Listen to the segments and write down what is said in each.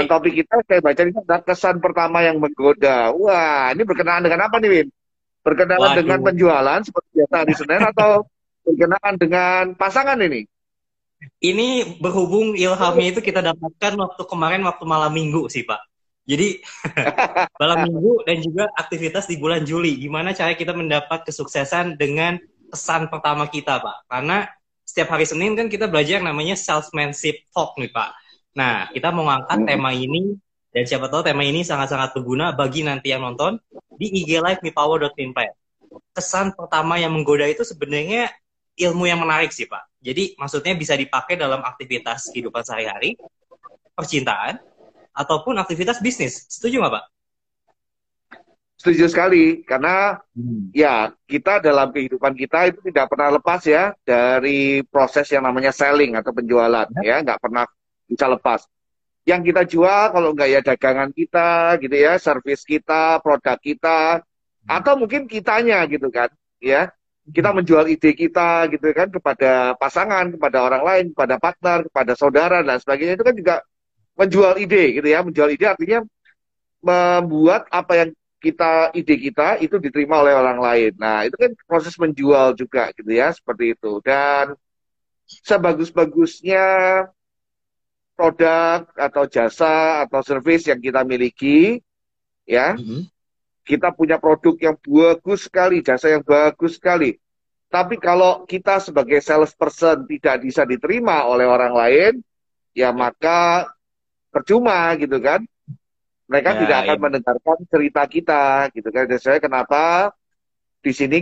topik kita saya baca ini ada kesan pertama yang menggoda. Wah, ini berkenaan dengan apa nih, Win? Berkenaan dengan Waduh, penjualan seperti biasa hari Senin atau berkenaan dengan pasangan ini? ini berhubung ilhamnya itu kita dapatkan waktu kemarin waktu malam minggu sih Pak. Jadi malam minggu dan juga aktivitas di bulan Juli. Gimana cara kita mendapat kesuksesan dengan kesan pertama kita Pak? Karena setiap hari Senin kan kita belajar yang namanya salesmanship talk nih Pak. Nah, kita mau ngangkat Mm-mm. tema ini dan siapa tahu tema ini sangat-sangat berguna bagi nanti yang nonton di IG Live mipower.info. Kesan pertama yang menggoda itu sebenarnya ilmu yang menarik sih Pak. Jadi maksudnya bisa dipakai dalam aktivitas kehidupan sehari-hari, percintaan, ataupun aktivitas bisnis. Setuju nggak Pak? Setuju sekali, karena Hmm. ya kita dalam kehidupan kita itu tidak pernah lepas ya dari proses yang namanya selling atau penjualan Ya. ya, nggak pernah bisa lepas. Yang kita jual kalau nggak ya dagangan kita gitu ya, servis kita, produk kita, atau mungkin kitanya gitu kan, ya. Kita menjual ide kita gitu kan kepada pasangan, kepada orang lain, kepada partner, kepada saudara dan sebagainya itu kan juga menjual ide gitu ya. Menjual ide artinya membuat apa yang ide kita itu diterima oleh orang lain. Nah, itu kan proses menjual juga gitu ya, seperti itu. Dan sebagus-bagusnya produk atau jasa atau service yang kita miliki, ya, Mhm. kita punya produk yang bagus sekali, jasa yang bagus sekali. Tapi kalau kita sebagai salesperson tidak bisa diterima oleh orang lain, ya Ya, maka percuma gitu kan. Mereka tidak ya, akan ya. mendengarkan cerita kita gitu kan. Dan saya kenapa di sini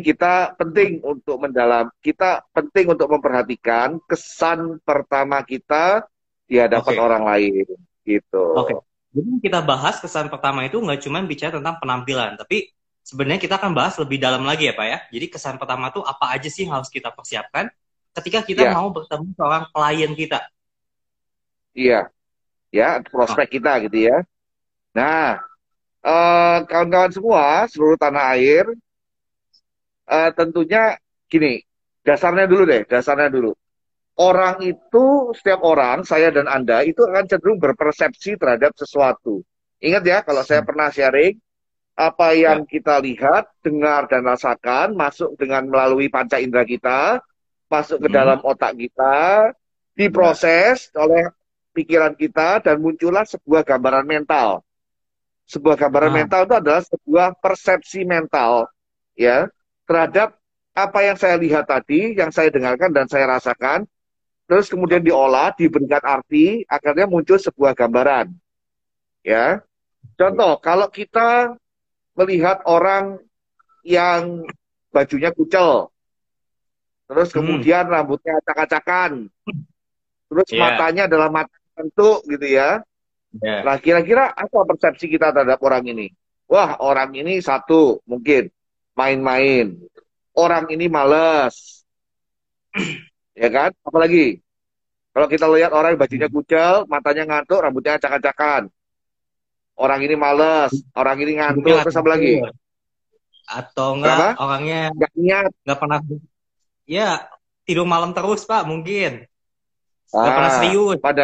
kita penting untuk memperhatikan kesan pertama kita di hadapan Oke, orang lain gitu. oke. Jadi kita bahas kesan pertama itu nggak cuma bicara tentang penampilan, tapi sebenarnya kita akan bahas lebih dalam lagi ya Pak ya. Jadi kesan pertama itu apa aja sih yang harus kita persiapkan ketika kita Iya, mau bertemu seorang klien kita. iya, ya Oh, prospek kita gitu ya. Nah, kawan-kawan semua seluruh tanah air, tentunya gini, dasarnya dulu. Orang itu, setiap orang, saya dan Anda, itu akan cenderung berpersepsi terhadap sesuatu. Ingat ya, kalau saya pernah sharing, apa ya. yang kita lihat, dengar, dan rasakan, masuk dengan melalui panca indera kita, masuk ke Mhm. dalam otak kita, Ya. diproses oleh pikiran kita, dan muncullah sebuah gambaran mental. Sebuah gambaran Ah, mental itu adalah sebuah persepsi mental, ya, terhadap apa yang saya lihat tadi, yang saya dengarkan dan saya rasakan, terus kemudian oke. diolah, diberikan arti, akhirnya muncul sebuah gambaran. Ya, contoh, kalau kita melihat orang yang bajunya kucel, terus Hmm. kemudian rambutnya acak-acakan, terus Ya. matanya adalah mata bentuk gitu ya. Ya. Nah, kira-kira apa persepsi kita terhadap orang ini? Wah, orang ini satu, mungkin main-main. Orang ini males, ya kan? Apalagi kalau kita lihat orang yang bajunya kucel, matanya ngantuk, rambutnya acak-acakan. Orang ini males, orang ini Hidupnya ngantuk, nggak terus apa lagi? teratur. Atau enggak Kenapa? orangnya Gak niat. nggak pernah, ya tidur malam terus Pak mungkin. Nggak pernah Ah, serius. pada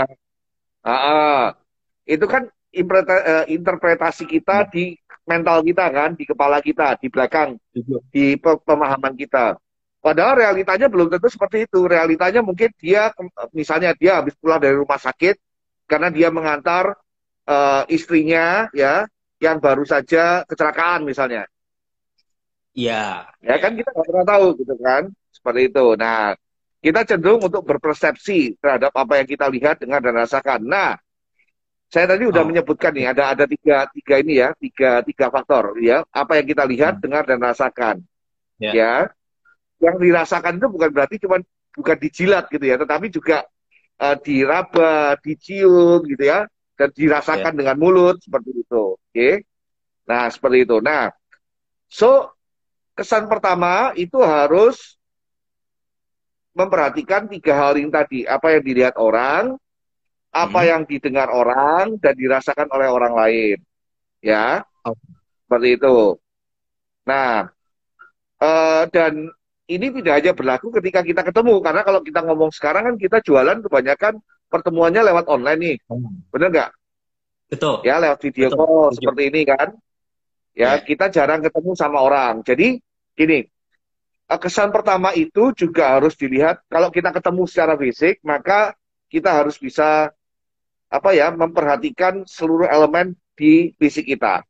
itu kan interpretasi kita Ya, di mental kita kan, di kepala kita, di belakang, jujur. di pemahaman kita. Padahal realitanya belum tentu seperti itu. Realitanya mungkin misalnya dia habis pulang dari rumah sakit karena dia mengantar istrinya ya yang baru saja kecelakaan misalnya. Iya, Ya iya. kan kita nggak pernah tahu gitu kan. Seperti itu. Nah, kita cenderung untuk berpersepsi terhadap apa yang kita lihat, dengar, dan rasakan. Nah, saya tadi udah Oh, menyebutkan nih, ada tiga ini ya, tiga faktor ya. Apa yang kita lihat, hmm, dengar, dan rasakan. ya, Ya, yang dirasakan itu bukan berarti bukan dijilat gitu ya, tetapi juga diraba, dicium gitu ya, dan ya. dirasakan dengan mulut seperti itu. Oke, nah seperti itu. Nah, so kesan pertama itu harus memperhatikan tiga hal ini tadi. Apa yang dilihat orang, apa Hmm. yang didengar orang, dan dirasakan oleh orang lain. Ya, Oh, seperti itu. Nah, dan ini tidak hanya berlaku ketika kita ketemu. Karena kalau kita ngomong sekarang kan kita jualan kebanyakan pertemuannya lewat online nih. hmm. Bener nggak? Betul, Ya, lewat video betul. call Setuju. seperti ini kan. Ya, Ya. kita jarang ketemu sama orang. Jadi, gini, kesan pertama itu juga harus dilihat kalau kita ketemu secara fisik, maka kita harus bisa apa ya, memperhatikan seluruh elemen di fisik kita.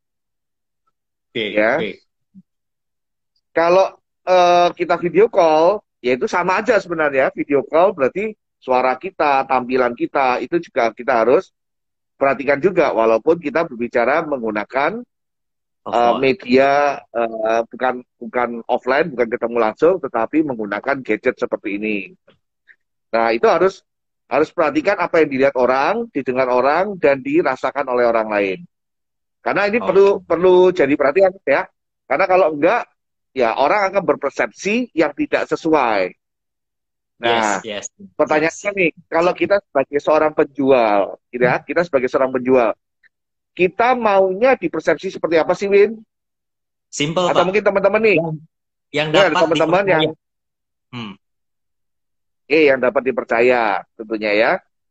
Oke, Ya, oke. kalau kita video call, ya itu sama aja sebenarnya. Video call berarti suara kita, tampilan kita itu juga kita harus perhatikan juga, walaupun kita berbicara menggunakan Telepon. media bukan bukan offline, bukan ketemu langsung, tetapi menggunakan gadget seperti ini. Nah, itu harus perhatikan apa yang dilihat orang, didengar orang, dan dirasakan oleh orang lain. Karena ini Oke. perlu perlu jadi perhatian ya. Karena kalau enggak, ya orang akan berpersepsi yang tidak sesuai. Yes, Nah, yes, pertanyaannya yes. nih, kalau kita sebagai seorang penjual, gitu ya, kita sebagai seorang penjual, kita maunya dipersepsi seperti apa sih, Win? Simple, Atau Pak. mungkin teman-teman nih, Yang yang ya dapat teman-teman yang dipercaya. Hmm. yang dapat dipercaya tentunya ya.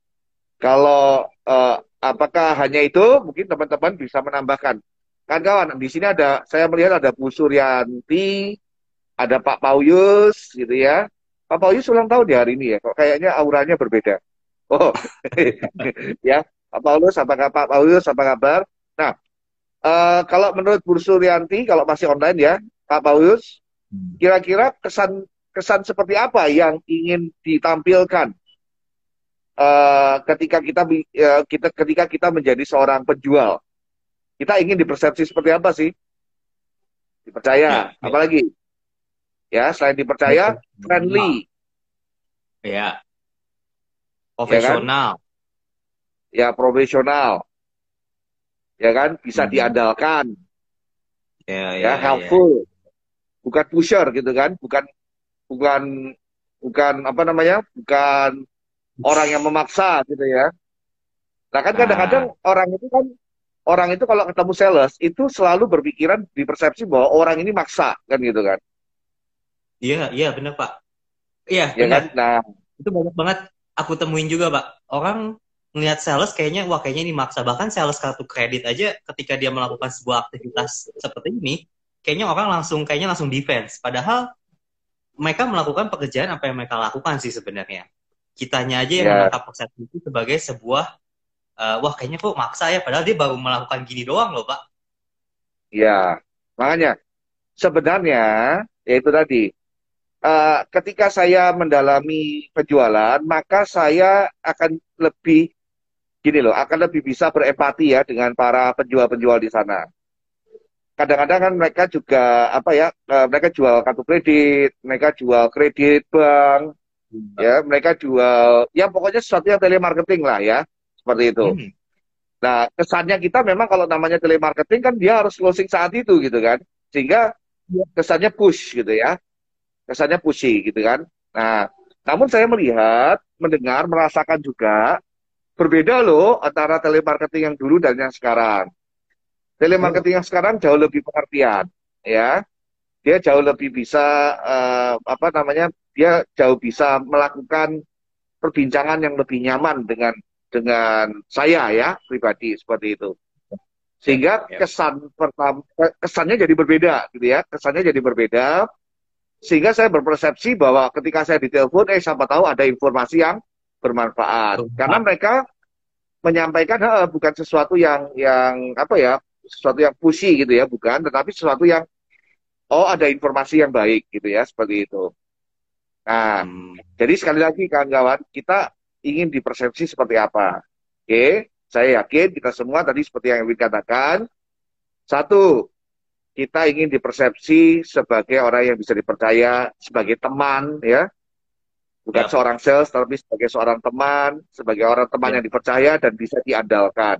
Kalau apakah hanya itu? Mungkin teman-teman bisa menambahkan. Kan kawan, di sini ada, saya melihat ada Bu Suryanti, ada Pak Pauyus, gitu ya. Pak Pauyus ulang tahun di hari ini ya, kok kayaknya auranya berbeda. Oh, ya, Pak Paulus, apakah Pak Paulus, apa kabar? Nah, kalau menurut Bu Suryanti, kalau masih online ya, Pak Paulus, kira-kira kesan kesan seperti apa yang ingin ditampilkan ketika ketika kita menjadi seorang penjual? Kita ingin dipersepsi seperti apa sih? Ya, Dipercaya, ya. apalagi ya selain dipercaya, Profesional. friendly, Ya, ya kan? profesional. Ya profesional, ya kan? Bisa Hmm. diandalkan, Ya, ya ya, ya. helpful, bukan pusher gitu kan? Bukan bukan bukan apa namanya? Bukan orang yang memaksa gitu ya. Nah kan kadang-kadang Nah, orang itu kalau ketemu sales itu selalu berpikiran di persepsi bahwa orang ini maksa kan gitu kan. iya, iya benar, Pak. Iya, Ya benar. kan? Nah, Itu banyak banget aku temuin juga, Pak. Orang ngelihat sales kayaknya, wah kayaknya ini maksa. Bahkan sales kartu kredit aja ketika dia melakukan sebuah aktivitas seperti ini, kayaknya langsung defense. Padahal mereka melakukan pekerjaan apa yang mereka lakukan sih sebenarnya. Kitanya aja yang ya, menangkap persepsi itu sebagai sebuah, wah kayaknya kok maksa ya. Padahal dia baru melakukan gini doang loh, Pak. ya. Makanya sebenarnya yaitu tadi ketika saya mendalami penjualan, maka saya akan lebih gini loh, akan lebih bisa berempati ya dengan para penjual-penjual di sana. Kadang-kadang kan mereka juga apa ya, mereka jual kartu kredit, mereka jual kredit bank, ya, mereka jual ya pokoknya sesuatu yang telemarketing lah ya, seperti itu. Hmm, Nah, kesannya kita memang kalau namanya telemarketing kan dia harus closing saat itu gitu kan. Sehingga kesannya push gitu ya. Kesannya pushy gitu kan. Nah, namun saya melihat, mendengar, merasakan juga berbeda loh antara telemarketing yang dulu dan yang sekarang. oh, Telemarketing yang sekarang jauh lebih pengertian, ya. Dia jauh lebih bisa apa namanya? Dia jauh bisa melakukan perbincangan yang lebih nyaman dengan saya ya pribadi seperti itu. yep, Sehingga yep. kesan pertama kesannya jadi berbeda gitu ya. Kesannya jadi berbeda sehingga saya berpersepsi bahwa ketika saya ditelepon siapa tahu ada informasi yang bermanfaat. Karena Bermanfaat. mereka menyampaikan bukan sesuatu yang apa ya, sesuatu yang pushy gitu ya, bukan, tetapi sesuatu yang oh ada informasi yang baik gitu ya, seperti itu. Nah, Hmm, jadi sekali lagi kawan-kawan, kita ingin dipersepsi seperti apa? Oke, saya yakin kita semua tadi seperti yang Win katakan, satu, kita ingin dipersepsi sebagai orang yang bisa dipercaya, sebagai teman, ya, bukan yep, seorang sales, tapi sebagai seorang teman, sebagai orang teman yep. yang dipercaya dan bisa diandalkan,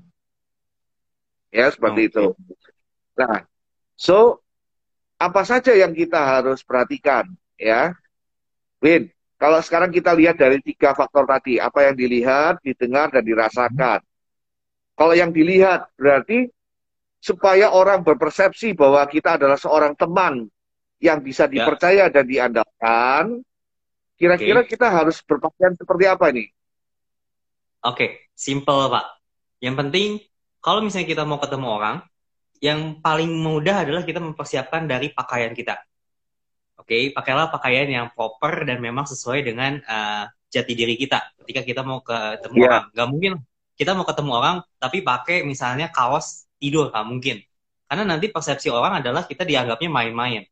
ya, seperti itu. Oke. Nah, so apa saja yang kita harus perhatikan, ya, Win? Kalau sekarang kita lihat dari tiga faktor tadi, apa yang dilihat, didengar, dan dirasakan. Kalau yang dilihat berarti supaya orang berpersepsi bahwa kita adalah seorang teman yang bisa Ya, dipercaya dan diandalkan, kira-kira oke. kita harus berpakaian seperti apa nih? Oke, simple Pak. Yang penting kalau misalnya kita mau ketemu orang, yang paling mudah adalah kita mempersiapkan dari pakaian kita. Oke, pakailah pakaian yang proper dan memang sesuai dengan jati diri kita ketika kita mau ketemu Ya, orang. Gak mungkin kita mau ketemu orang tapi pakai misalnya kaos tidur, gak mungkin. Karena nanti persepsi orang adalah kita dianggapnya main-main.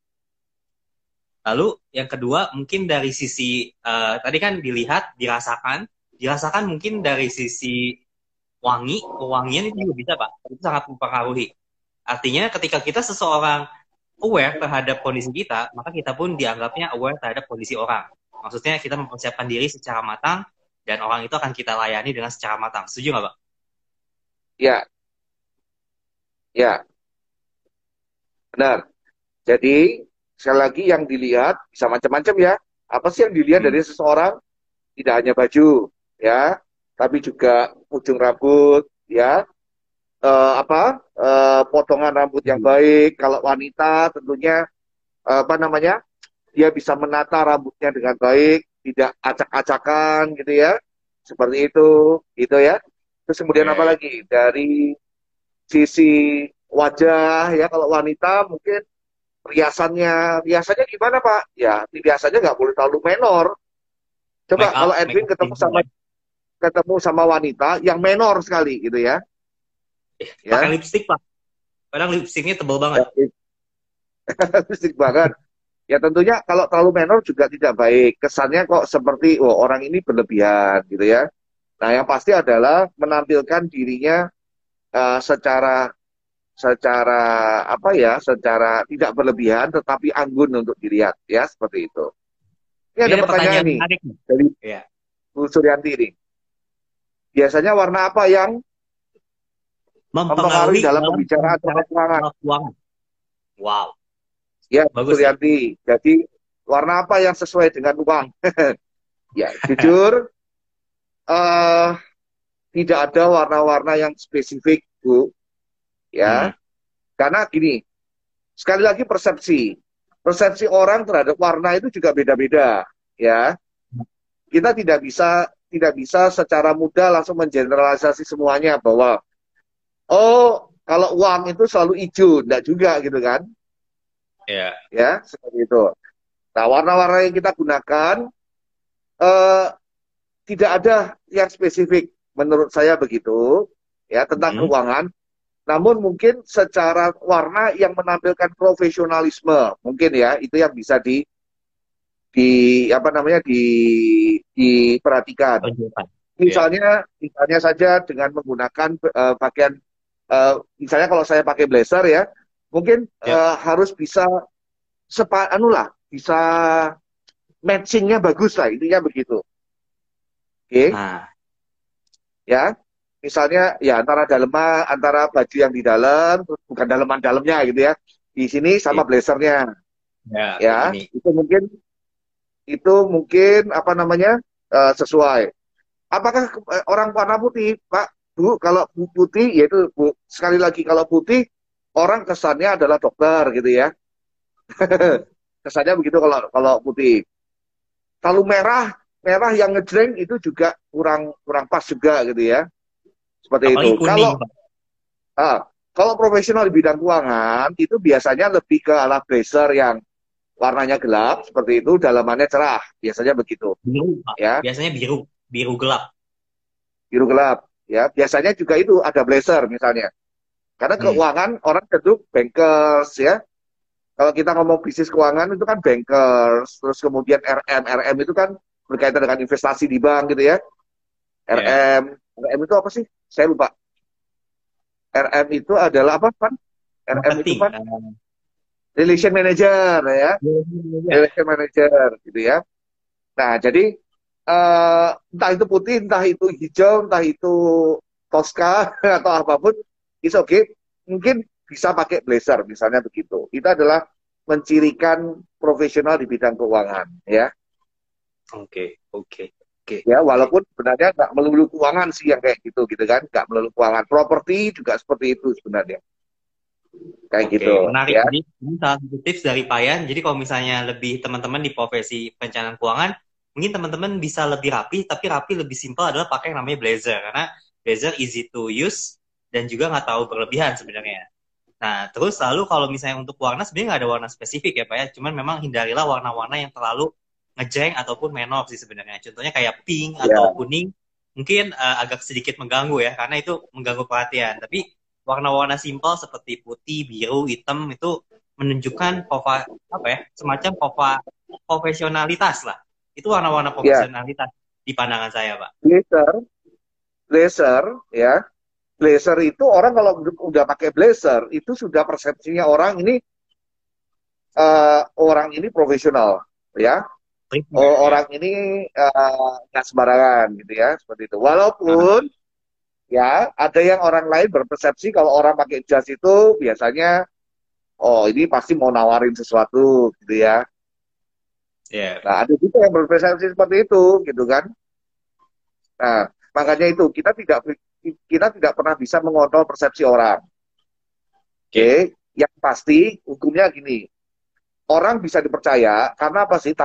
Lalu yang kedua mungkin dari sisi tadi kan dilihat, dirasakan mungkin dari sisi wangian itu juga bisa Pak. Itu sangat mempengaruhi. Artinya ketika kita seseorang aware terhadap kondisi kita, maka kita pun dianggapnya aware terhadap kondisi orang. Maksudnya kita mempersiapkan diri secara matang dan orang itu akan kita layani dengan secara matang. Setuju nggak Pak? ya, ya, benar. Jadi sekali lagi yang dilihat bisa macam-macam ya. Apa sih yang dilihat dari seseorang? Tidak hanya baju, ya, tapi juga ujung rambut, ya, potongan rambut yang baik. Kalau wanita tentunya apa namanya, dia bisa menata rambutnya dengan baik, tidak acak-acakan gitu ya, seperti itu, gitu ya. Terus kemudian apa Oke. lagi dari sisi wajah ya, kalau wanita mungkin riasannya gimana Pak? Ya riasannya nggak boleh terlalu menor. Make Coba kalau up, make Edwin up tips ya. ketemu sama wanita yang menor sekali gitu ya, Pakai ya, lipstick Pak. Kadang lipsticknya tebal banget. ya fisik banget. Ya tentunya kalau terlalu menor juga tidak baik. Kesannya kok seperti oh orang ini berlebihan gitu ya. Nah yang pasti adalah menampilkan dirinya secara secara apa ya, secara tidak berlebihan tetapi anggun untuk dilihat ya, seperti itu. Ini Ini ada ada pertanyaan pertanyaan nih menarik nih. dari Ya. Bu Suryanti nih. Biasanya warna apa yang mempengaruhi Mempengaruhi dalam dalam pembicaraan soal pembicaraan keuangan? soal keuangan. Wow, Ya, Bu bagus nih. Suryanti. Jadi warna apa yang sesuai dengan uang? Ya, jujur eh tidak ada warna-warna yang spesifik, Bu. Hmm. Ya, karena gini, sekali lagi persepsi. Persepsi orang terhadap warna itu juga beda-beda, ya. Kita tidak bisa secara mudah langsung mengeneralisasi semuanya bahwa oh, kalau uang itu selalu hijau, enggak juga gitu kan. Ya. Ya, seperti itu. Nah, warna-warna yang kita gunakan eh, tidak ada yang spesifik menurut saya begitu, ya, tentang Hmm. keuangan. Namun mungkin secara warna yang menampilkan profesionalisme, mungkin ya itu yang bisa di apa namanya diperhatikan. Tunjukkan. Ya. Misalnya saja dengan menggunakan pakaian, misalnya kalau saya pakai blazer ya, mungkin Ya. harus bisa anu lah, bisa matchingnya bagus lah, intinya begitu. Oke, Nah, ya. Misalnya ya antara baju yang di dalam, terus bukan daleman-dalamnya gitu ya. Di sini ya, sama blazernya, ya, kayak ya. gini. Itu mungkin apa namanya sesuai. Apakah orang warna putih, Pak, Bu? Kalau putih, yaitu Bu, sekali lagi kalau putih orang kesannya adalah dokter gitu ya. Kesannya begitu kalau kalau putih. Kalau merah, merah yang ngejreng itu juga kurang kurang pas juga gitu ya. Seperti Apalagi itu. kuning, Kalau Pak. ah, kalau profesional di bidang keuangan itu biasanya lebih ke ala blazer yang warnanya gelap seperti itu, dalamannya cerah. Biasanya begitu, Biru, Pak. ya, Biasanya biru, biru gelap. biru gelap. Ya, biasanya juga itu ada blazer misalnya. Karena Hmm. keuangan orang cenderung bankers ya. Kalau kita ngomong bisnis keuangan itu kan bankers, terus kemudian RM itu kan berkaitan dengan investasi di bank gitu ya. Ya. RM, RM itu apa sih? Saya lupa. RM itu adalah apa, Pan? RM itu Marketing. kan relation manager ya, Ya. relation manager gitu ya. Nah, jadi entah itu putih, entah itu hijau, entah itu Tosca atau apapun, is okay. Mungkin bisa pakai blazer misalnya begitu. Itu adalah mencirikan profesional di bidang keuangan ya. Oke, oke, oke, Ya, oke. walaupun sebenarnya nggak melulu keuangan sih yang kayak gitu gitu kan, nggak melulu keuangan. Properti juga seperti itu sebenarnya, kayak Oke, gitu menarik. ya. Jadi, ini salah satu tips dari Payan. Jadi, kalau misalnya lebih teman-teman di profesi perencanaan keuangan, mungkin teman-teman bisa lebih rapi, tapi rapi lebih simpel adalah pakai yang namanya blazer. Karena blazer easy to use, dan juga nggak terlalu berlebihan sebenarnya. Nah, terus lalu kalau misalnya untuk warna sebenarnya nggak ada warna spesifik ya Pak ya, cuman memang hindarilah warna-warna yang terlalu ngejreng ataupun menor sih sebenarnya. Contohnya kayak pink atau Ya, kuning mungkin agak sedikit mengganggu ya, karena itu mengganggu perhatian. Tapi warna-warna simpel seperti putih, biru, hitam itu menunjukkan apa ya, semacam profesionalitas lah. Itu warna-warna ya. profesionalitas di pandangan saya, Pak. Blazer, blazer, ya. Blazer itu orang kalau udah pakai blazer itu sudah persepsinya orang ini profesional, ya. Prepare, Oh, ya. orang ini nggak sembarangan gitu ya, seperti itu. Nah, Walaupun ya ada yang orang lain berpersepsi kalau orang pakai jas itu biasanya, oh ini pasti mau nawarin sesuatu gitu ya. ya. Nah ada juga yang berpersepsi seperti itu gitu kan. Nah makanya itu kita tidak pernah bisa mengontrol persepsi orang. Oke. Oke, yang pasti hukumnya gini, orang bisa dipercaya karena apa sih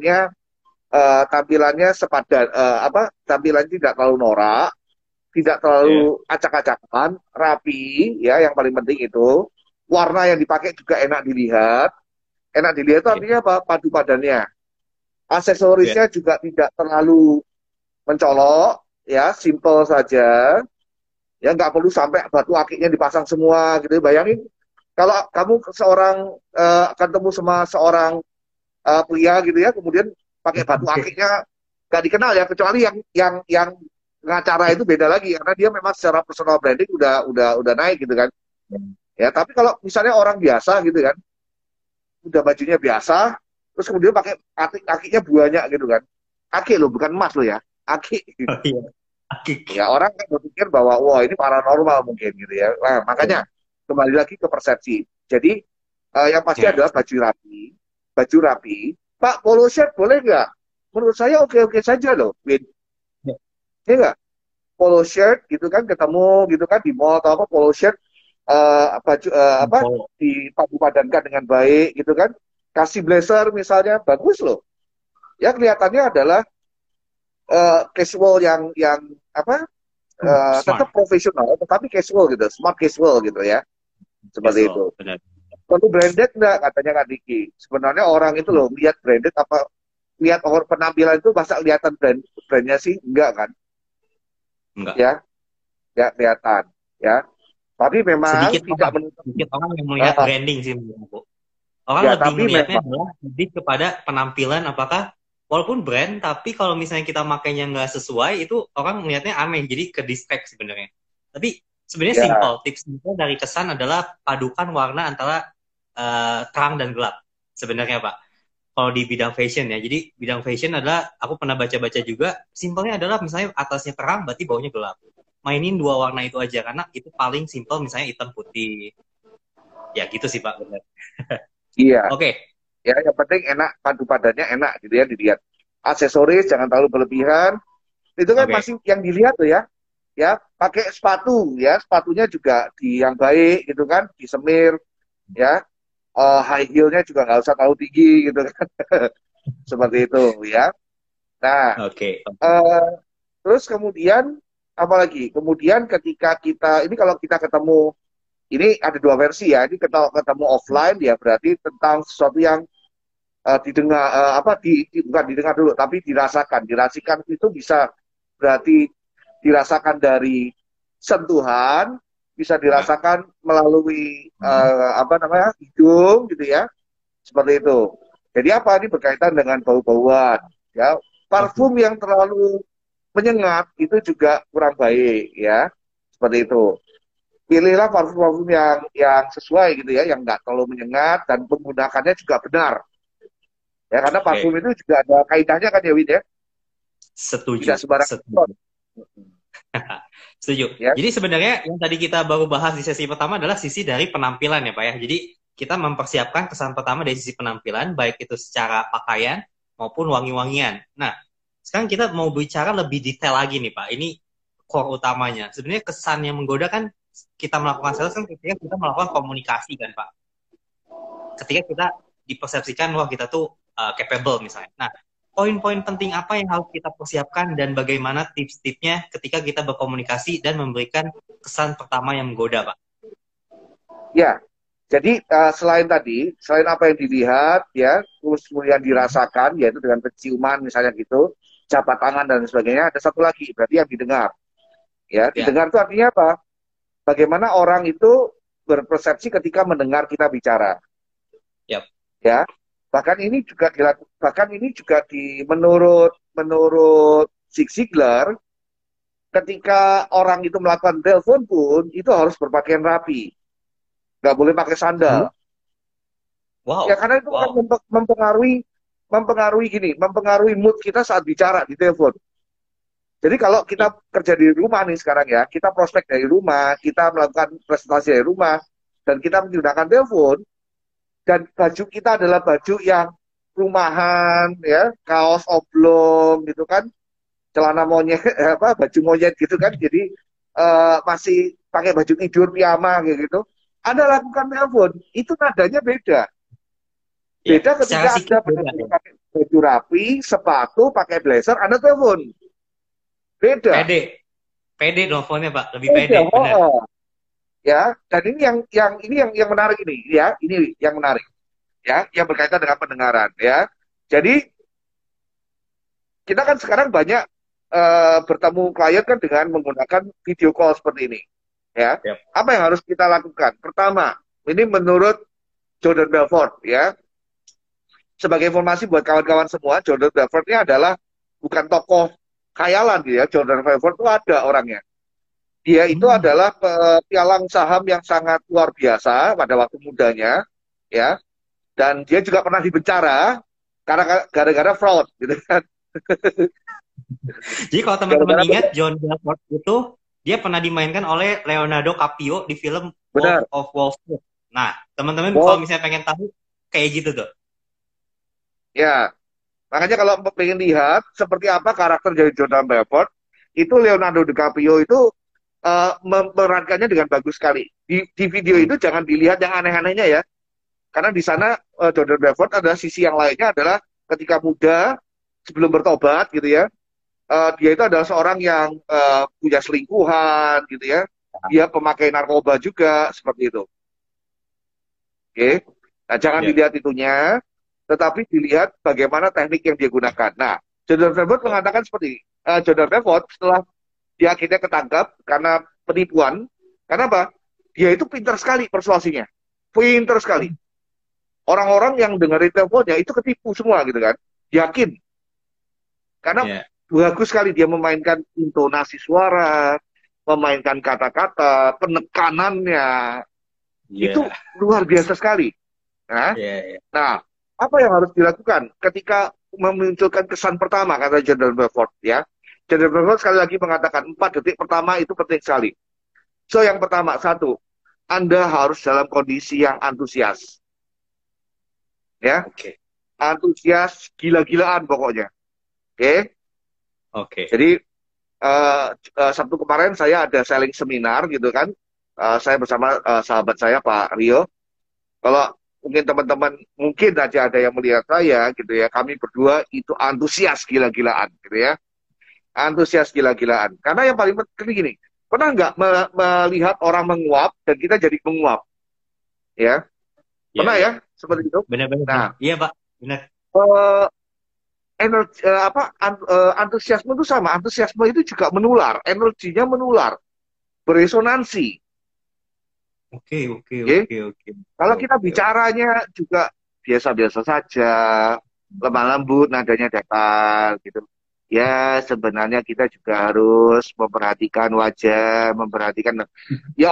tampilannya sepadan, tampilannya tidak terlalu norak, tidak Ya. terlalu acak-acakan, rapi, ya yang paling penting itu. Warna yang dipakai juga enak dilihat. Enak dilihat itu Ya. artinya apa? Padu padannya. Ya. Aksesorisnya juga tidak terlalu mencolok, ya, simple saja. Ya nggak perlu sampai batu akiknya dipasang semua gitu. Bayangin kalau kamu ketemu sama seorang pria gitu ya, kemudian pakai batu akiknya nggak dikenal ya, kecuali yang pengacara itu beda lagi karena dia memang secara personal branding udah naik gitu kan. Ya, tapi kalau misalnya orang biasa gitu kan, udah bajunya biasa, terus kemudian pakai akinya banyak gitu kan. Aki loh, bukan emas loh ya. Aki. Oh, iya. Oke. Ya, orang kan berpikir bahwa wah ini paranormal mungkin gitu ya. Nah, makanya kembali lagi ke persepsi. Jadi yang pasti Ya. adalah baju rapi. Baju rapi. Pak, polo shirt boleh nggak? Menurut saya oke-oke saja loh, Win. Ya. Ya nggak? Polo shirt gitu kan ketemu gitu kan di mall atau apa polo shirt baju Info. dipadu padankan dengan baik gitu kan. Kasih blazer misalnya bagus loh. Ya kelihatannya adalah casual yang apa tetap Smart. profesional tetapi casual gitu, smart casual gitu ya. Seperti itu. Casual. Benar. Perlu branded nggak katanya Kak Diki. Sebenarnya orang itu loh lihat branded apa lihat orang penampilan itu masa kelihatan brandnya sih enggak kan Enggak. ya ya kelihatan ya tapi memang Sedikit tidak orang. menutup Sedikit orang yang melihat uh, branding sih menurut aku. Orang ya lebih tapi ngelihatnya memang adalah lebih kepada penampilan, apakah walaupun brand, tapi kalau misalnya kita makainya nggak sesuai, itu orang melihatnya aneh, jadi ke distract sebenarnya. Tapi sebenarnya ya simple, tips simple dari kesan adalah padukan warna antara terang dan gelap sebenarnya Pak. Kalau di bidang fashion ya, jadi bidang fashion adalah aku pernah baca-baca juga, simpelnya adalah misalnya atasnya terang, berarti bawahnya gelap. Mainin dua warna itu aja karena itu paling simple, misalnya hitam putih. Ya gitu sih Pak, benar. iya Oke. ya yang penting enak padu padannya enak gitu ya dilihat aksesoris jangan terlalu berlebihan itu kan Oke. masih yang dilihat tuh ya pakai sepatu ya sepatunya juga yang baik gitu kan disemir ya high heelnya juga nggak usah terlalu tinggi gitu kan seperti itu ya nah Oke. eh, terus kemudian apalagi kemudian ketika kita ini kalau kita ketemu ini ada dua versi ya ini ketemu offline ya berarti tentang sesuatu yang didengar bukan didengar dulu tapi dirasakan itu bisa berarti dirasakan dari sentuhan bisa Ya. dirasakan melalui hidung gitu ya seperti itu jadi apa ini berkaitan dengan bau-bauan ya Oke. parfum yang terlalu menyengat itu juga kurang baik ya seperti itu pilihlah parfum-parfum yang sesuai gitu ya yang nggak terlalu menyengat dan penggunakannya juga benar ya karena parfum Oke. itu juga ada kaitannya kan ya Win ya tidak Setuju. sembarangan Setuju. Setuju. ya Jadi sebenarnya yang tadi kita baru bahas di sesi pertama adalah sisi dari penampilan ya Pak ya. Jadi kita mempersiapkan kesan pertama dari sisi penampilan, baik itu secara pakaian maupun wangi-wangian. Nah, sekarang kita mau bicara lebih detail lagi nih Pak. Ini core utamanya. Sebenarnya kesan yang menggoda kan kita melakukan sales kan ketika kita melakukan komunikasi kan Pak. Ketika kita dipersepsikan wah kita tuh capable misalnya. Nah, poin-poin penting apa yang harus kita persiapkan dan bagaimana tips-tipsnya ketika kita berkomunikasi dan memberikan kesan pertama yang menggoda, Pak? Ya, jadi selain apa yang dilihat, ya, terus kemudian dirasakan, yaitu dengan penciuman misalnya gitu, jabat tangan dan sebagainya, ada satu lagi, berarti yang didengar. Ya, Ya, didengar itu artinya apa? Bagaimana orang itu berpersepsi ketika mendengar kita bicara. ya. Ya, bahkan ini juga menurut Zig Ziglar, ketika orang itu melakukan telepon pun itu harus berpakaian rapi, nggak boleh pakai sandal. Oh, Ya wow, karena itu akan wow. mempengaruhi mood kita saat bicara di telepon. Jadi kalau Ya, kita kerja di rumah nih sekarang ya, kita prospek dari rumah, kita melakukan presentasi dari rumah, dan kita menggunakan telepon, dan baju kita adalah baju yang rumahan, ya, kaos oblong gitu kan, celana monyet, apa, baju monyet gitu kan, jadi masih pakai baju tidur piyama kayak gitu. Anda lakukan telepon, itu nadanya beda. ya. Beda Secara ketika Anda psikis beda benar-benar ya. pakai baju rapi, sepatu, pakai blazer, Anda telepon. Beda. Pede, pede nelfonnya Pak, lebih pede, Beda. benar. Oh, ya. Dan ini yang menarik ini, ya. Ini yang menarik, ya, yang berkaitan dengan pendengaran, ya. Jadi kita kan sekarang banyak bertemu klien kan dengan menggunakan video call seperti ini, ya. Yap. Apa yang harus kita lakukan? Pertama, ini menurut Jordan Belfort, ya. Sebagai informasi buat kawan-kawan semua, Jordan Belfort ini adalah bukan tokoh khayalan, ya. Jordan Belfort itu ada orangnya. Dia itu Hmm. adalah pialang saham yang sangat luar biasa pada waktu mudanya, ya. Dan dia juga pernah dipenjara karena gara-gara fraud, gitu kan. Jadi kalau teman-teman Gara-gara ingat, John Belfort itu dia pernah dimainkan oleh Leonardo DiCaprio di film Wolf benar. of Wall Street. Nah, teman-teman kalau Wow, misalnya pengen tahu kayak gitu tuh. ya. Makanya kalau pengen lihat seperti apa karakter dari Jordan Belfort, itu Leonardo DiCaprio itu memerankannya dengan bagus sekali. Di video Hmm. itu jangan dilihat yang aneh-anehnya ya. Karena di sana Jordan Belfort adalah sisi yang lainnya adalah ketika muda sebelum bertobat gitu ya. Dia itu adalah seorang yang punya selingkuhan gitu ya. Dia pemakai narkoba juga seperti itu. Oke. Nah, jangan Ya. dilihat itunya, tetapi dilihat bagaimana teknik yang dia gunakan. Nah, Jordan Belfort mengatakan seperti Jordan Belfort setelah dia akhirnya ketangkap karena penipuan. Karena apa? Dia itu pintar sekali persuasinya. Pintar sekali. Orang-orang yang dengerin teleponnya itu ketipu semua gitu kan. Yakin. Karena Ya. bagus sekali dia memainkan intonasi suara, memainkan kata-kata, penekanannya. Itu Ya. luar biasa sekali. Nah, Ya. Ya. nah, apa yang harus dilakukan ketika memunculkan kesan pertama, kata Jordan Belfort, ya. Jordan Belfort sekali lagi mengatakan 4 detik pertama itu penting sekali. So, yang pertama, satu, Anda harus dalam kondisi yang antusias. Ya, Oke. antusias gila-gilaan pokoknya. Oke, Oke. jadi Sabtu kemarin saya ada selling seminar gitu kan. Saya bersama sahabat saya Pak Rio. Kalau mungkin teman-teman mungkin aja ada yang melihat saya gitu ya, kami berdua itu antusias gila-gilaan gitu ya, antusias gila-gilaan. Karena yang paling penting gini, pernah nggak melihat orang menguap dan kita jadi menguap, ya? Ya. Pernah Ya. ya seperti itu. Benar-benar. Nah, Iya Pak, benar. eh, energi antusiasme itu sama, antusiasme itu juga menular, energinya menular, beresonansi. Oke, oke, Ya. oke, oke, Kalau kita oke, oke. bicaranya juga biasa-biasa saja, lemah lembut, nadanya datar gitu. Ya, sebenarnya kita juga harus memperhatikan wajah, memperhatikan. Ya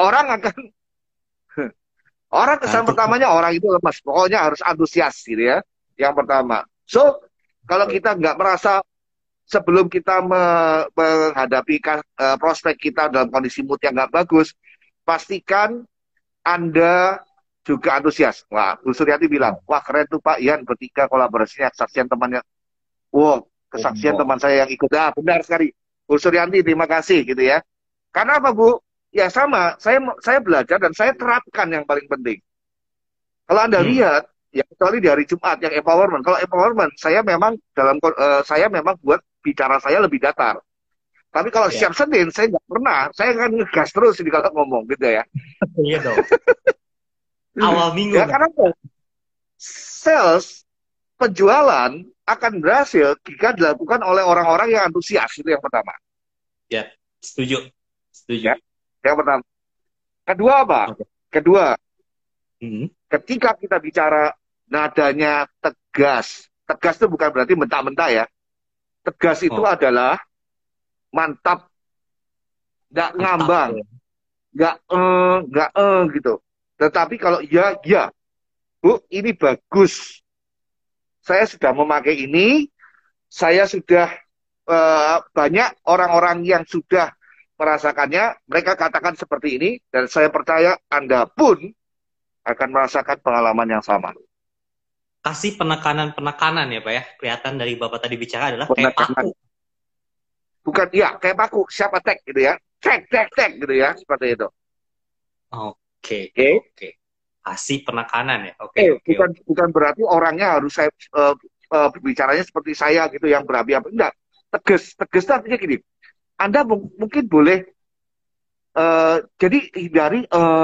orang kesan Ngantuk Pak. pertamanya orang itu lemas. Pokoknya harus antusias gitu ya. Yang pertama. So, kalau kita nggak merasa sebelum kita menghadapi prospek kita dalam kondisi mood yang nggak bagus, pastikan Anda juga antusias. Wah, Bu Suryati bilang, wah keren tuh Pak Ian ketika kolaborasinya kesaksian temannya. Wow, kesaksian Oh, teman saya yang ikut. Ah, benar sekali. Bu Suryanti, terima kasih gitu ya. Karena apa Bu? Ya sama, saya belajar dan saya terapkan yang paling penting. Kalau Anda hmm. lihat, Ya kecuali di hari Jumat yang empowerment. Kalau empowerment, saya memang buat bicara saya lebih datar. Tapi kalau Ya, siap Senin, saya nggak pernah. Saya akan ngegas terus ini kalau ngomong gitu ya. iya dong. Awal minggu, Ya Pak. karena apa? Sales, penjualan akan berhasil jika dilakukan oleh orang-orang yang antusias. Itu yang pertama. Ya, setuju. Ya, Setuju. yang pertama. Kedua apa? Oke. Kedua, Hmm. ketika kita bicara nadanya tegas. Tegas itu bukan berarti mentah-mentah ya. Tegas itu Oh, adalah mantap, nggak mantap. ngambang, Ya. nggak gitu. Tetapi kalau iya, iya, Bu, ini bagus. Saya sudah memakai ini, saya sudah banyak orang-orang yang sudah merasakannya, mereka katakan seperti ini, dan saya percaya Anda pun akan merasakan pengalaman yang sama. Kasih penekanan-penekanan ya, Pak ya. Kelihatan dari Bapak tadi bicara adalah kayak Penekanan. paku. Bukan, ya, kayak paku, siapa tek gitu ya. Tek, tek, tek gitu ya, seperti itu. Oke, Oke? oke. Kasih penekanan ya. Oke, oke, Bukan oke. bukan berarti orangnya harus saya bicaranya seperti saya gitu yang berapi-api. Enggak. Tegas, tegas itu artinya gini. Anda mungkin boleh jadi hindari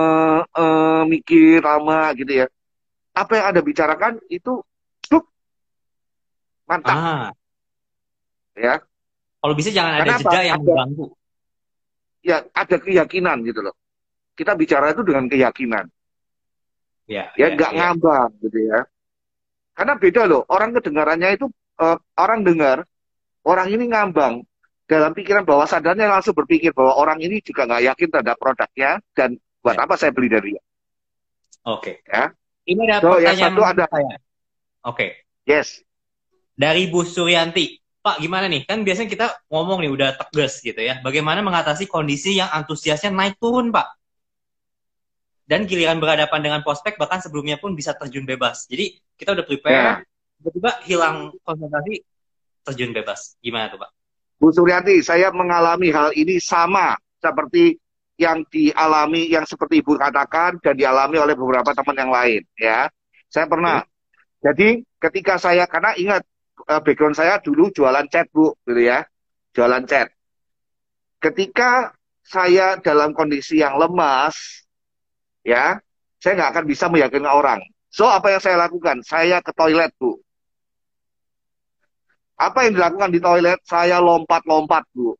mikir lama gitu ya. Apa yang Anda bicarakan itu cukup mantap Ah, ya. kalau bisa jangan ada Karena apa? jeda yang mengganggu. Ada keyakinan gitu loh. Kita bicara itu dengan keyakinan. Ya, Ya ya, nggak ya. ngambang gitu ya. Karena beda loh. Orang kedengarannya itu orang dengar orang ini ngambang dalam pikiran bawah sadarnya langsung berpikir bahwa orang ini juga nggak yakin terhadap produknya dan buat Ya. apa saya beli dari dia. Oke. Ya. Ini ada So yang pertanyaan satu menarik ada saya. Oke. yes. Dari Bu Suryanti. Pak, gimana nih? Kan biasanya kita ngomong nih udah tegas gitu ya. Bagaimana mengatasi kondisi yang antusiasnya naik turun, Pak? Dan giliran berhadapan dengan prospek bahkan sebelumnya pun bisa terjun bebas. Jadi kita udah Ya, prepare, tiba-tiba hilang konsentrasi, terjun bebas. Gimana tuh, Pak? Bu Suryanti, saya mengalami hal ini sama seperti yang dialami yang seperti Ibu katakan dan dialami oleh beberapa teman yang lain ya. Saya pernah. Oke. Jadi ketika saya karena ingat background saya dulu jualan cat Bu gitu ya. Jualan cat. Ketika saya dalam kondisi yang lemas, ya, saya nggak akan bisa meyakinkan orang. So, apa yang saya lakukan? Saya ke toilet, Bu. Apa yang dilakukan di toilet? Saya lompat-lompat, Bu.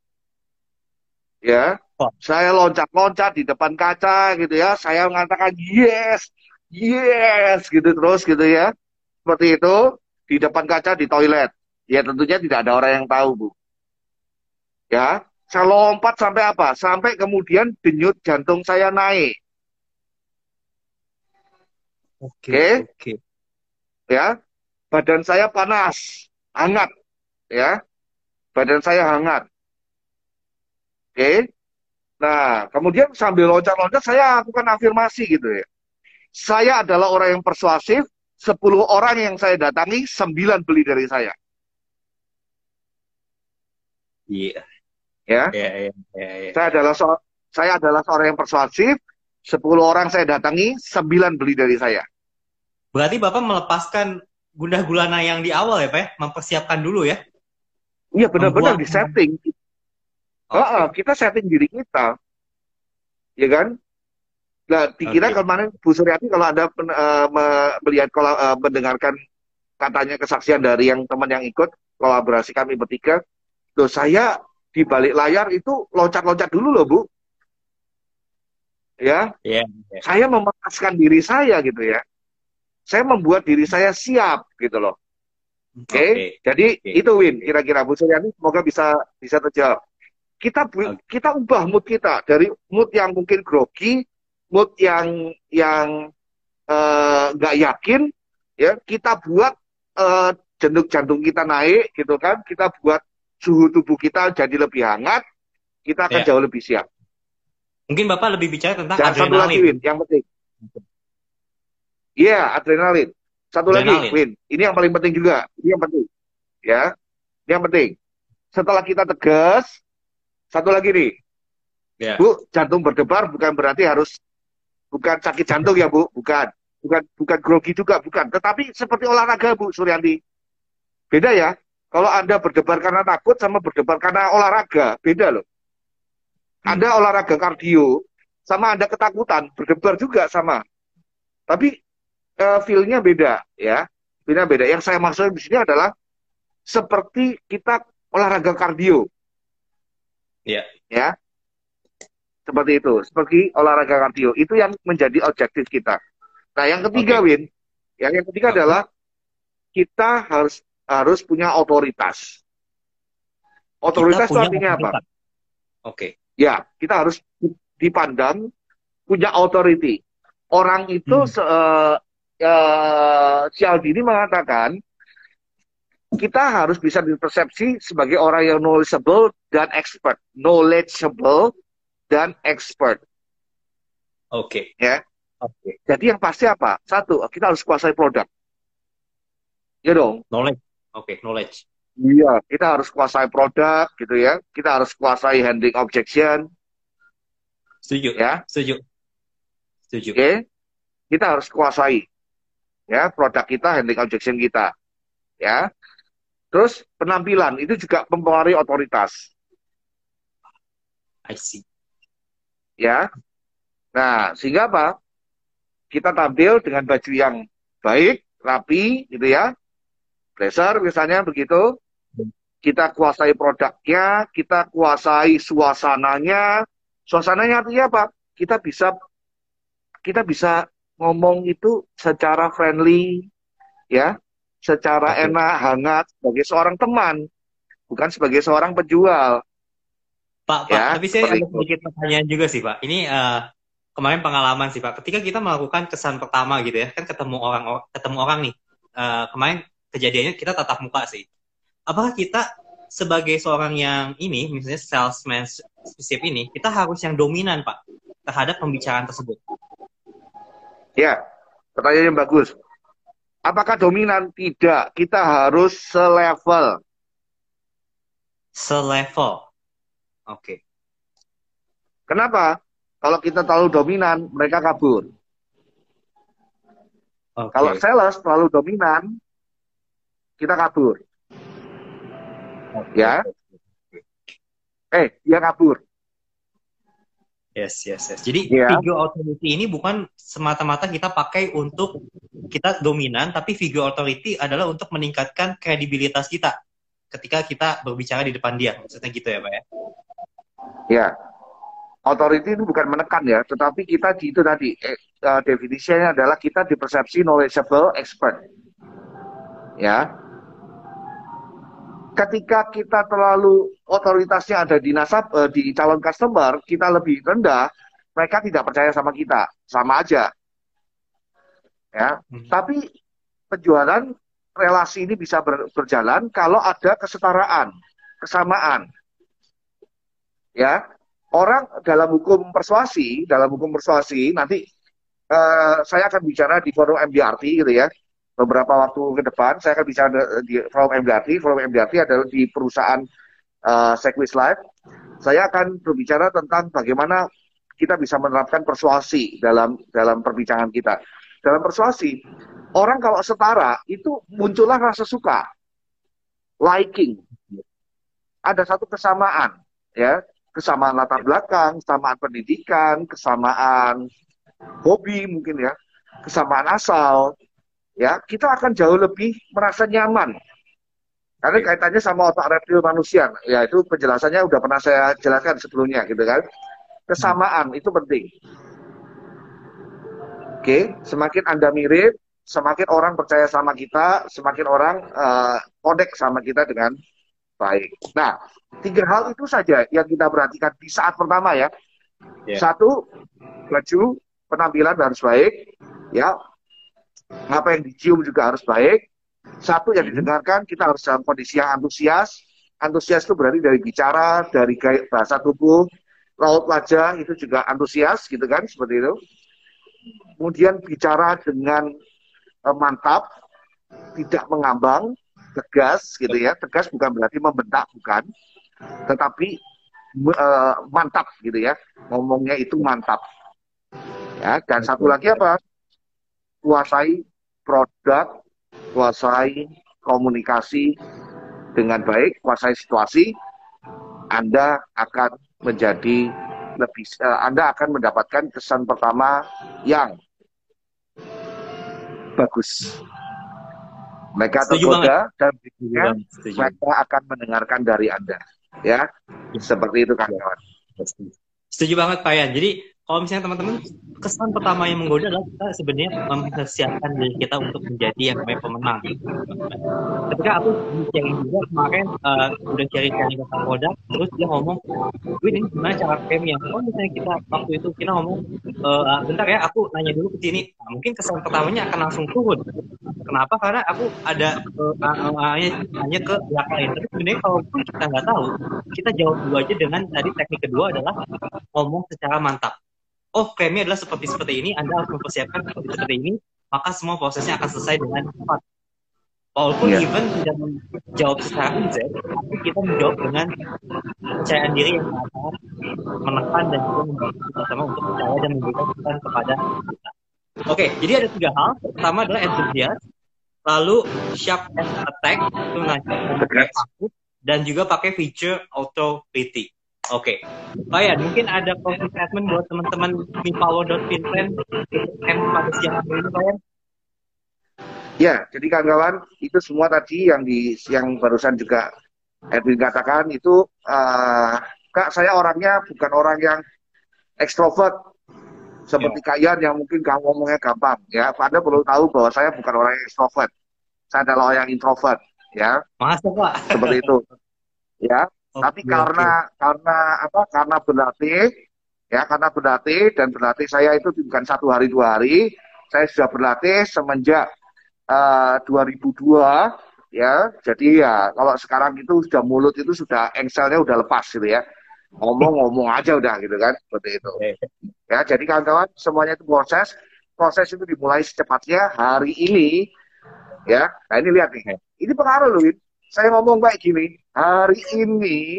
Ya, Wah, saya loncat-loncat di depan kaca, gitu ya. Saya mengatakan, yes, yes, gitu terus, gitu ya. Seperti itu, di depan kaca di toilet. Ya, tentunya tidak ada orang yang tahu, Bu. Ya, saya lompat sampai apa? Sampai kemudian denyut jantung saya naik. oke, Oke, oke. ya. Badan saya panas, hangat, ya. Badan saya hangat. Oke. Nah, kemudian sambil loncat-loncat saya lakukan afirmasi gitu ya. Saya adalah orang yang persuasif, 10 orang yang saya datangi, 9 beli dari saya. Iya, Ya. iya, iya, iya, Saya iya. adalah saya adalah seorang yang persuasif, 10 orang saya datangi, 9 beli dari saya. Berarti Bapak melepaskan gundah gulana yang di awal ya, Pak ya? Mempersiapkan dulu ya? Iya benar-benar Membuang. di setting. Oke, Kita setting diri kita, ya kan? Nah, dikira oke. kemarin Bu Suryati kalau Anda melihat mendengarkan katanya kesaksian dari yang teman yang ikut kolaborasi kami bertiga, loh saya di balik layar itu loncat-loncat dulu loh Bu, ya, Iya, iya. saya memanaskan diri saya gitu ya, saya membuat diri saya siap gitu loh, oke, Oke, jadi oke, itu Win, kira-kira Bu Suryani semoga bisa bisa terjawab. oke. Kita ubah mood kita dari mood yang mungkin grogi, mood yang nggak yakin, ya kita buat eh, jantung jantung kita naik gitu kan, kita buat suhu tubuh kita jadi lebih hangat, kita akan Ya. jauh lebih siap. Mungkin Bapak lebih bicara tentang Dan satu lagi adrenalin. Win, yang penting, iya adrenalin. Satu lagi Adrenalin. Win, ini yang paling penting juga, ini yang penting, ya, ini yang penting. Setelah kita tegas, satu lagi nih, Ya. Bu, jantung berdebar bukan berarti harus bukan sakit jantung ya Bu, bukan. bukan grogi juga, bukan. Tetapi seperti olahraga, Bu Suryanti. Beda ya. Kalau Anda berdebar karena takut sama berdebar karena olahraga, beda loh. Anda olahraga kardio, sama Anda ketakutan, berdebar juga sama. Tapi feel-nya beda, ya. Feel-nya beda. Yang saya maksud di sini adalah seperti kita olahraga kardio. Iya. Ya. Seperti itu. Seperti olahraga kardio. Itu yang menjadi objektif kita. Nah, yang ketiga, Win. Yang ketiga adalah kita harus punya otoritas. Otoritas itu artinya apa? Oke. Ya, kita harus dipandang punya authority. Orang itu Cialdini mengatakan kita harus bisa dipersepsi sebagai orang yang knowledgeable dan expert. Knowledgeable dan expert. Oke. Ya. Oke. Jadi yang pasti apa? Satu, kita harus kuasai produk. Ya dong. Knowledge. Oke, knowledge. Iya, kita harus kuasai produk gitu ya. Kita harus kuasai handling objection. Setuju. Ya. Setuju. Setuju. Oke. Kita harus kuasai ya produk kita, handling objection kita. Ya. Terus penampilan itu juga mempengaruhi otoritas. I see. Ya. Nah, sehingga apa? Kita tampil dengan baju yang baik, rapi gitu ya. Blazer misalnya begitu. Kita kuasai produknya, kita kuasai suasananya. Suasananya artinya apa? Kita bisa ngomong itu secara friendly, ya, secara enak, hangat, sebagai seorang teman, bukan sebagai seorang penjual. Pak, Ya, tapi saya ada sedikit pertanyaan juga sih, Pak. Ini kemarin pengalaman sih, Pak. Ketika kita melakukan kesan pertama gitu ya, kan ketemu orang nih. Kemarin kejadiannya kita tatap muka sih. Apakah kita sebagai seorang yang ini, misalnya salesman spesifik ini, kita harus yang dominan, Pak, terhadap pembicaraan tersebut? Ya, pertanyaan yang bagus. Apakah dominan? Tidak. Kita harus selevel. Selevel. Oke. Kenapa? Kalau kita terlalu dominan, mereka kabur. Kalau sales terlalu dominan, kita kabur. Ya. Dia kabur. Yes. Jadi figure authority ini bukan semata-mata kita pakai untuk kita dominan, tapi figure authority adalah untuk meningkatkan kredibilitas kita ketika kita berbicara di depan dia. Maksudnya gitu ya, Pak ya? Ya. Authority itu bukan menekan ya, tetapi kita itu tadi definisinya adalah kita dipersepsi knowledgeable expert. Ya. Ketika kita terlalu otoritasnya ada di calon customer, kita lebih rendah, mereka tidak percaya sama kita, sama aja. Ya, tapi penjualan relasi ini bisa berjalan kalau ada kesetaraan, kesamaan. Ya, orang dalam hukum persuasi nanti saya akan bicara di forum MDRT gitu ya. Beberapa waktu ke depan, saya akan bicara di forum MDRT. Forum MDRT adalah di perusahaan Sequis Live. Saya akan berbicara tentang bagaimana kita bisa menerapkan persuasi dalam perbincangan kita. Dalam persuasi, orang kalau setara, itu muncullah rasa suka. Liking. Ada satu kesamaan. Ya, kesamaan latar belakang, kesamaan pendidikan, kesamaan hobi mungkin ya, kesamaan asal. Ya, kita akan jauh lebih merasa nyaman. Karena kaitannya sama otak reptil manusia. Ya, itu penjelasannya udah pernah saya jelaskan sebelumnya gitu kan. Kesamaan itu penting. Oke, semakin Anda mirip, semakin orang percaya sama kita, semakin orang connect sama kita dengan baik. Nah, 3 hal itu saja yang kita perhatikan di saat pertama ya. Satu, baju, penampilan harus baik. Ya, apa yang dicium juga harus baik. Satu yang didengarkan, kita harus dalam kondisi yang antusias. Antusias itu berarti dari bicara, dari bahasa tubuh, raut wajah itu juga antusias gitu kan, seperti itu. Kemudian bicara dengan mantap, tidak mengambang, tegas gitu ya. Tegas bukan berarti membentak, bukan. Tetapi mantap gitu ya. Ngomongnya itu mantap. Ya, dan satu lagi apa? kuasai produk, kuasai komunikasi dengan baik, kuasai situasi, Anda akan menjadi lebih, Anda akan mendapatkan kesan pertama yang bagus. Mereka Setuju banget. tergoda dan Setuju berikutnya banget. Setuju. mereka akan mendengarkan dari Anda. Ya, seperti itu kan kawan. Setuju banget Pak Yan. Jadi kalau misalnya teman-teman, kesan pertama yang menggoda adalah kita sebenarnya mempersiapkan diri kita untuk menjadi yang namanya pemenang. Ketika aku sharing juga kemarin, udah sharing-sharing tentang produk, terus dia ngomong, gue ini gimana cara frame-nya? Oh misalnya kita waktu itu kita ngomong, bentar ya, aku nanya dulu ke sini. Nah, mungkin kesan pertamanya akan langsung turun. Kenapa? Karena aku ada hanya ke pihak lain. Tapi sebenarnya kalaupun kita nggak tahu, kita jawab dulu aja dengan tadi teknik kedua adalah ngomong secara mantap. Oh, frame-nya adalah seperti ini, Anda harus mempersiapkan seperti ini, maka semua prosesnya akan selesai dengan cepat. Walaupun even tidak menjawab secara exact, tapi kita menjawab dengan kepercayaan diri yang sangat menekan dan juga membantu kita sama untuk percaya dan memberikan pesan kepada kita. Oke, jadi ada 3 hal. Pertama adalah enthusiast, lalu sharp as attack, itu nanti aku, dan juga pakai feature authority. Oke, Pak Yan, mungkin ada closing statement buat teman-teman mipower.finland pada siang hari ini, Pak Yan? Ya, jadi kawan-kawan, itu semua tadi yang barusan juga Edwin katakan itu, Kak, saya orangnya bukan orang yang ekstrovert seperti Kak Yan yang mungkin ngomongnya gampang. Ya, Anda perlu tahu bahwa saya bukan orang yang ekstrovert. Saya adalah orang yang introvert. Ya, masa Pak? Seperti itu. Ya. Tapi karena berlatih, ya karena berlatih dan berlatih saya itu bukan 1 hari 2 hari, saya sudah berlatih semenjak 2002, ya. Jadi ya kalau sekarang itu sudah mulut itu sudah engselnya udah lepas gitu ya, ngomong aja udah gitu kan, seperti itu. Ya jadi kawan-kawan semuanya itu proses itu dimulai secepatnya hari ini, ya. Nah ini lihat nih, ini pengaruh loh, Win. Saya ngomong kayak gini, hari ini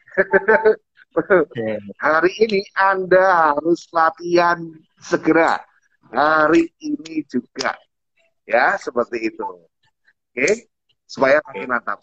Anda harus latihan segera. Hari ini juga. Ya, seperti itu. Oke, supaya makin mantap.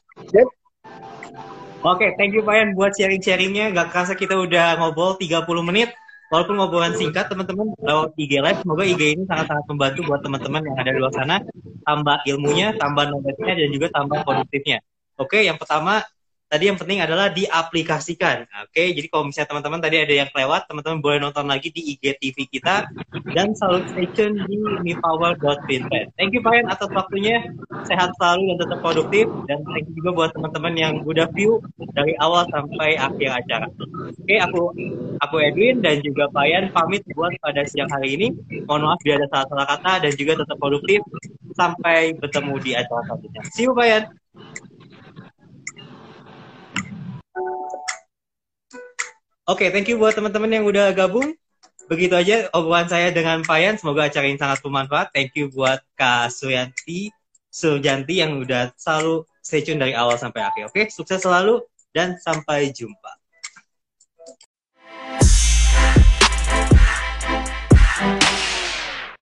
Oke, thank you Pak Yan buat sharing-sharingnya. Gak kerasa kita udah ngobrol 30 menit. Walaupun ngobrolan singkat, teman-teman, lewat IG Live, semoga IG ini sangat-sangat membantu buat teman-teman yang ada di luar sana. Tambah ilmunya, tambah knowledge-nya, dan juga tambah produktifnya. Oke, yang pertama, tadi yang penting adalah diaplikasikan. Oke, jadi kalau misalnya teman-teman tadi ada yang kelewat, teman-teman boleh nonton lagi di IGTV kita, dan selalu stay tune di mipower.finland. Thank you Pak Yan atas waktunya, sehat selalu dan tetap produktif, dan thank you juga buat teman-teman yang udah view dari awal sampai akhir acara. Oke, aku Edwin dan juga Pak Yan pamit buat pada siang hari ini. Mohon maaf bila ada salah-salah kata dan juga tetap produktif. Sampai bertemu di acara selanjutnya. See you Pak Yan. Oke, thank you buat teman-teman yang udah gabung. Begitu aja obrolan saya dengan Pak Yan. Semoga acara ini sangat bermanfaat. Thank you buat Kak Sujanti yang udah selalu stay tune dari awal sampai akhir. Oke, sukses selalu dan sampai jumpa.